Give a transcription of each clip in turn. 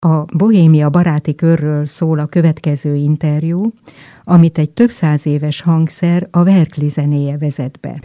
A Bohémia baráti körről szól a következő interjú, amit egy több száz éves hangszer, a Verkli zenéje vezet be.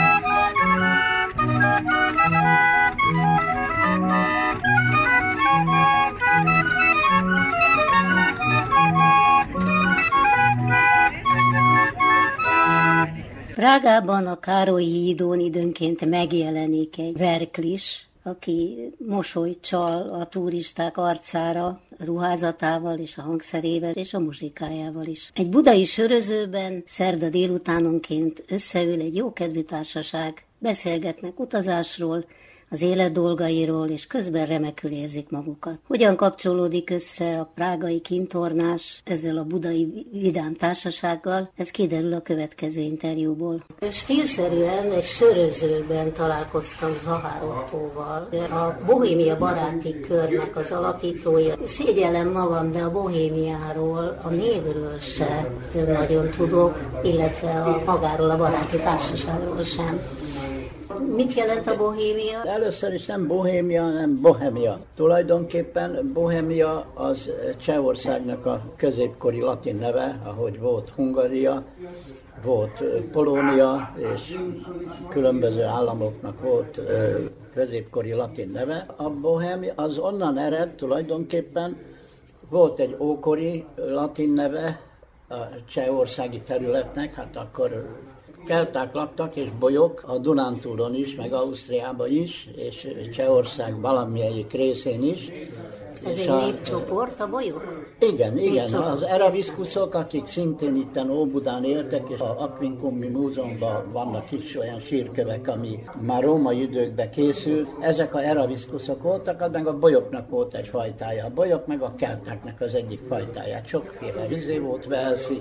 Prágában a Károlyi hídon időnként megjelenik egy verklis, aki mosolyt csal a turisták arcára, ruházatával és a hangszerével és a muzsikájával is. Egy budai sörözőben szerda délutánonként összeül egy jókedvű társaság, beszélgetnek utazásról, az élet dolgairól, és közben remekül érzik magukat. Hogyan kapcsolódik össze a prágai kintornás ezzel a budai vidám társasággal? Ez kiderül a következő interjúból. Stílszerűen egy sörözőben találkoztam Zahár Ottóval, a Bohémia baráti körnek az alapítója. Szégyellem magam, de a Bohémiáról, a névről se nagyon tudok, illetve magáról a baráti társaságról sem. Mit jelent a Bohémia? Először is nem Bohémia, hanem Bohemia. Tulajdonképpen Bohemia az Csehországnak a középkori latin neve, ahogy volt Hungária, volt Polónia, és különböző államoknak volt középkori latin neve. A Bohémia az onnan ered tulajdonképpen, volt egy ókori latin neve a csehországi területnek, hát akkor kelták laktak, és bolyok a Dunántúlon is, meg Ausztriában is, és Csehország valamelyik részén is. Ez egy népcsoport, a bolyok? Igen, az eraviszkuszok, akik szintén itten Óbudán éltek, és az Aquincumi Múzeumban vannak is olyan sírkövek, ami már római időkben készült. Ezek a eraviszkuszok voltak, meg a bolyoknak volt egy fajtája. A bolyok meg a keltáknak az egyik fajtáját. Sokféle vizé volt, Velszi,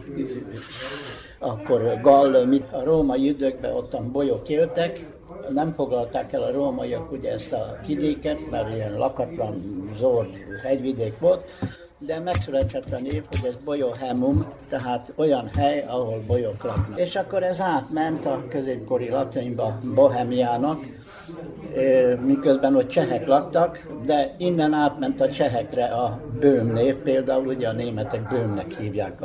akkor Gall, a római időkben ottan bolyok éltek, nem foglalták el a rómaiak ugye ezt a vidéket, mert ilyen lakatlan, zord hegyvidék volt, de megszületett a név, hogy ez Boiohemum, tehát olyan hely, ahol bolyok laknak. És akkor ez átment a középkori latinba Bohemiának, miközben ott csehek laktak, de innen átment a csehekre a böhm név, például ugye a németek böhmnek hívják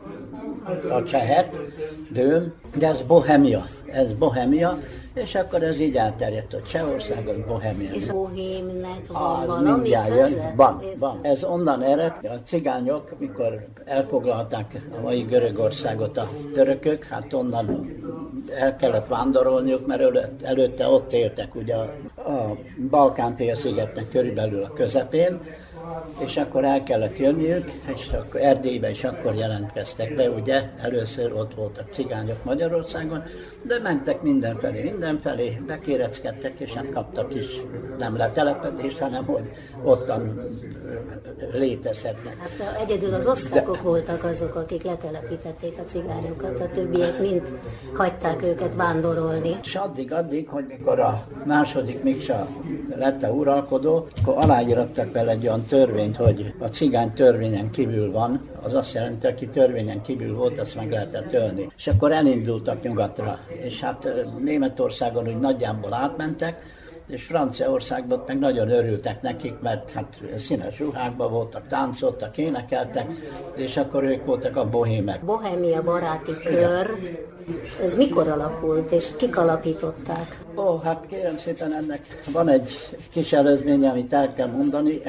a csehet, böhm, de ez Bohemia, és akkor ez így elterjedt a Csehországon, Bohemia. És Bohémnek van valami köze? Van. Ez onnan ered. A cigányok, mikor elfoglalták a mai Görögországot a törökök, hát onnan el kellett vándorolniuk, mert előtte ott éltek ugye a Balkán-félszigetnek körülbelül a közepén, és akkor el kellett jönniük, és akkor Erdélybe is akkor jelentkeztek be, ugye, először ott voltak cigányok Magyarországon, de mentek mindenfelé, bekéreckedtek, és nem kaptak is nem letelepedést, hanem hogy ottan létezhetnek. Hát egyedül az osztrákok voltak azok, akik letelepítették a cigányokat, a többiek mind hagyták őket vándorolni. És addig, hogy mikor a második Miksa lett a uralkodó, akkor aláírattak vele egy olyan törvényt, hogy a cigány törvényen kívül van, az azt jelenti, aki törvényen kívül volt, azt meg lehetett ölni. És akkor elindultak nyugatra, és hát Németországon úgy nagyjából átmentek, és Franciaországban meg nagyon örültek nekik, mert hát színes ruhákban voltak, táncoltak, énekeltek, és akkor ők voltak a bohémek. Bohémia baráti kör, ez mikor alakult, és kik alapították? Hát kérem szépen, ennek van egy kis előzmény, amit el kell mondani.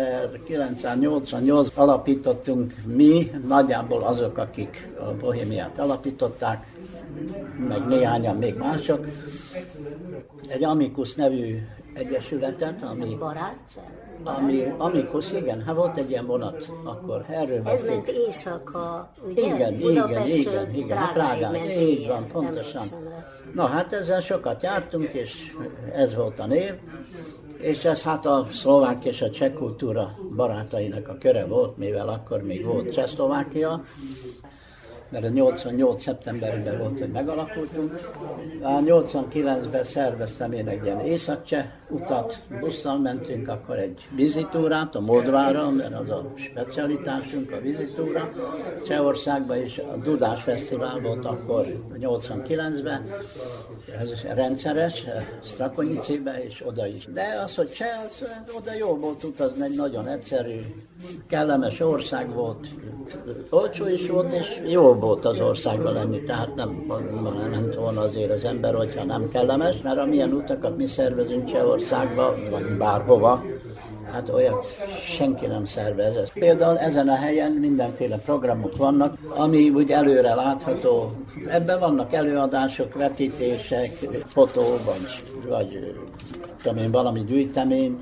1988 alapítottunk mi, nagyjából azok, akik a Bohémiát alapították, meg néhányan még mások, egy Amicus nevű egyesületet, ami Amicus, igen, hát volt egy ilyen vonat, akkor erről ez ment éjszaka, ugye? Igen, Prágán, így van, pontosan. Na hát ezzel sokat jártunk, és ez volt a név, és ez hát a szlovák és a cseh kultúra barátainak a köre volt, mivel akkor még volt Csehszlovákia. mert a 88. szeptemberében volt, hogy megalakultunk. A 89-ben szerveztem én egy ilyen észak-cseh utat, busszal mentünk, akkor egy vízitúrát a Moldvára, mert az a specialitásunk, a vízitúra. Csehországban is a Dudás Fesztivál volt akkor 89-ben, ez rendszeres, Strakonicibe és oda is. De az, hogy Cseh, oda jó volt utazni, egy nagyon egyszerű, kellemes ország volt, olcsó is volt, és jó volt az országban lenni, tehát nem ment volna azért az ember, hogyha nem kellemes, mert amilyen utakat mi szervezünk Csehországba, vagy bárhova, hát olyat senki nem szervez ezt. Például ezen a helyen mindenféle programok vannak, ami úgy előre látható. Ebben vannak előadások, vetítések, fotó, vagy tudom én, valami gyűjtemény,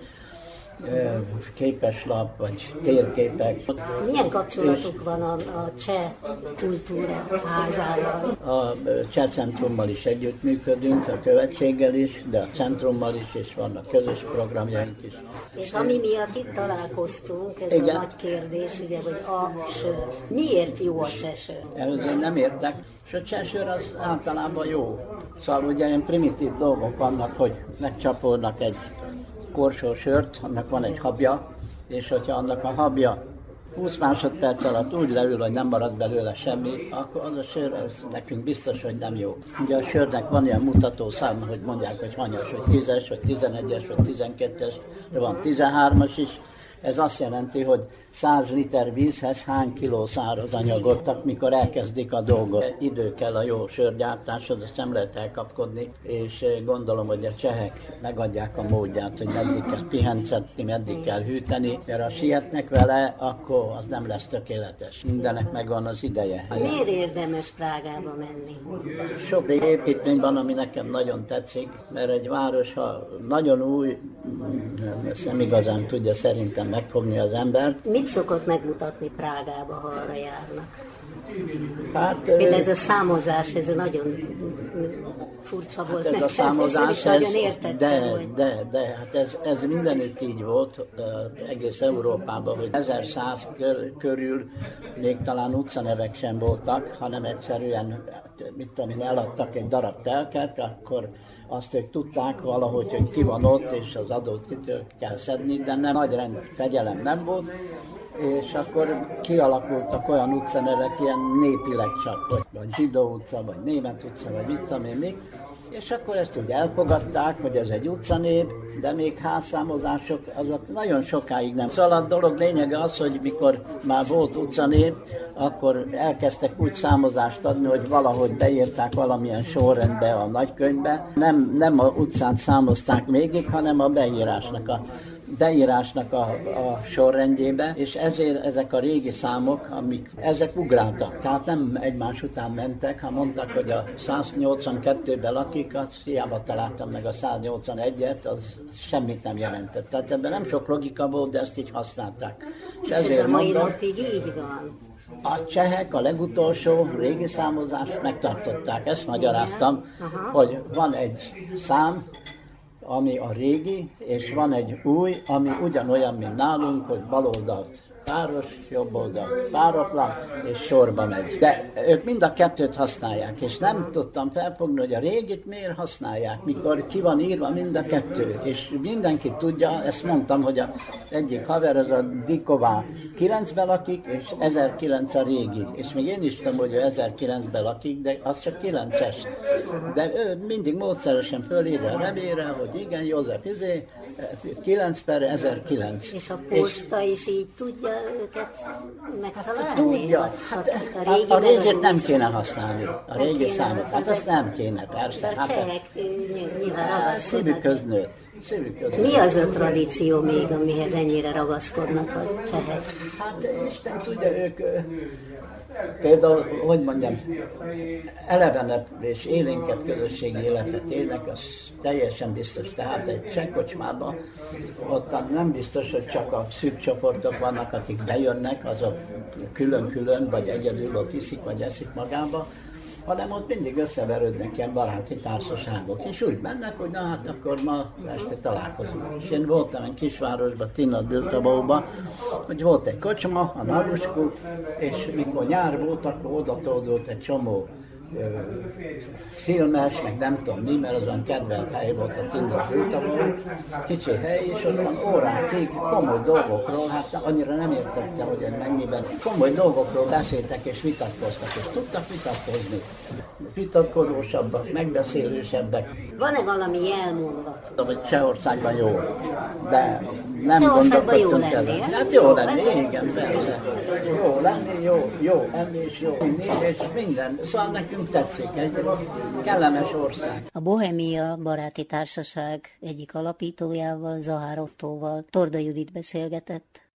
képeslap, vagy térképek. Milyen kapcsolatuk van a cseh kultúra házával? A cseh centrummal is együttműködünk, a követséggel is, de a centrummal is, és vannak közös programjaink is. És ami miatt itt találkoztunk, ez igen. A nagy kérdés, ugye, hogy a sör. Miért jó a cseh sör? Ehhez én nem értek, és a cseh sör az általában jó. Szóval ugye ilyen primitív dolgok vannak, hogy megcsapolnak egy korsó sört, annak van egy habja, és hogyha annak a habja 20 másodperc alatt úgy leül, hogy nem marad belőle semmi, akkor az a sör, az nekünk biztos, hogy nem jó. Ugye a sörnek van ilyen mutatószám, hogy mondják, hogy hanyas, hogy 10-es, vagy 11-es, vagy 12-es, de van 13-as is. Ez azt jelenti, hogy 100 liter vízhez hány kiló száraz anyagot, mikor elkezdik a dolgot. Idő kell a jó sörgyártáshoz, ezt nem lehet elkapkodni, és gondolom, hogy a csehek megadják a módját, hogy meddig kell pihentetni, meddig kell hűteni, mert ha sietnek vele, akkor az nem lesz tökéletes. Mindenek megvan az ideje. Miért érdemes Prágába menni? Sok építmény van, ami nekem nagyon tetszik, mert egy város, ha nagyon új, ezt nem igazán tudja szerintem megfogni az embert. Mit szokott megmutatni Prágába, ha arra járnak? Hát, például ez a számozás, ez nagyon furcsa volt. Hát ez a számozás, nagyon értettem, de hát ez mindenütt így volt, egész Európában, hogy 1100 körül még talán utcanevek sem voltak, hanem egyszerűen, mit tudom én, eladtak egy darab telket, akkor azt ők tudták valahogy, hogy ki van ott, és az adót kitől kell szedni, de nem nagy fegyelem nem volt, és akkor kialakultak olyan utcanevek, ilyen népileg csak, vagy Zsidó utca, vagy Német utca, vagy mit tudom én még, és akkor ezt úgy elfogadták, hogy ez egy utcanév, de még házszámozások azok nagyon sokáig nem. Szóval a dolog lényege az, hogy mikor már volt utcanév, akkor elkezdtek úgy számozást adni, hogy valahogy beírták valamilyen sorrendbe a nagykönyvbe. Nem a utcát számozták végig, hanem a beírásnak a sorrendjébe, és ezért ezek a régi számok, ezek ugráltak, tehát nem egymás után mentek, ha mondtak, hogy a 182-ben lakik, azt hiába találtam meg a 181-et, az semmit nem jelentett. Tehát ebben nem sok logika volt, de ezt így használták. És ez a mai napig így van? A csehek a legutolsó régi számozást megtartották, ezt magyaráztam, hogy van egy szám, ami a régi, és van egy új, ami ugyanolyan, mint nálunk, hogy bal oldalt páros, jobb oldalt páratlan, és sorba megy. De ők mind a kettőt használják, és nem tudtam felfogni, hogy a régit miért használják, mikor ki van írva mind a kettő. És mindenki tudja, ezt mondtam, hogy az egyik haver, az a Diková 9-ben lakik, és 1009 a régi. És még én is tudom, hogy ő 1009-ben lakik, de az csak 9-es. De ő mindig módszeresen fölírja a levélre, hogy igen, József 9/1009. És a posta is így tudja őket megtalálni? Tudja. Hát a régit nem kéne használni. A régi számot. Hát azt nem kéne, persze. A csehek nyilván ragaszkodnak. Szívükhöz nőtt. Mi az a tradíció még, amihez ennyire ragaszkodnak a csehek? Hát Isten tudja, ők például, hogy mondjam, elevenebb és élénkebb közösségi életet élnek, az teljesen biztos. Tehát egy cseh kocsmában ott nem biztos, hogy csak a szűk csoportok vannak, akik bejönnek, azok külön-külön, vagy egyedül ott iszik, vagy eszik magába, hanem ott mindig összeverődnek ilyen baráti társaságok, és úgy mennek, hogy na hát akkor ma este találkozunk. És én voltam egy kisvárosban, Tinat-Biltabóban, hogy volt egy kocsma, a Naruskó, és mikor nyár volt, akkor oda tódult egy csomó filmes, meg nem tudom mi, mert azon kedvelt hely volt a Tinat-Biltabó, kicsi hely, és ott órákig komoly dolgokról, hát annyira nem értettem, hogy ez mennyiben, komoly dolgokról beszéltek és vitatkoztak, és tudtak vitatkozni. Vitatkozósabbak, megbeszélősebbek. Van-e valami jelmondat? Hogy Csehországban jó, de nem Csehországban jó gondolkodtunk lenni, ezen. Hát jó lenni, igen, persze. Jó lenni, jó enni és jó inni, és minden. Szóval nekünk tetszik, egy kellemes ország. A Bohemia Baráti Társaság egyik alapítójával, Zahár Ottóval Torda Judit beszélgetett.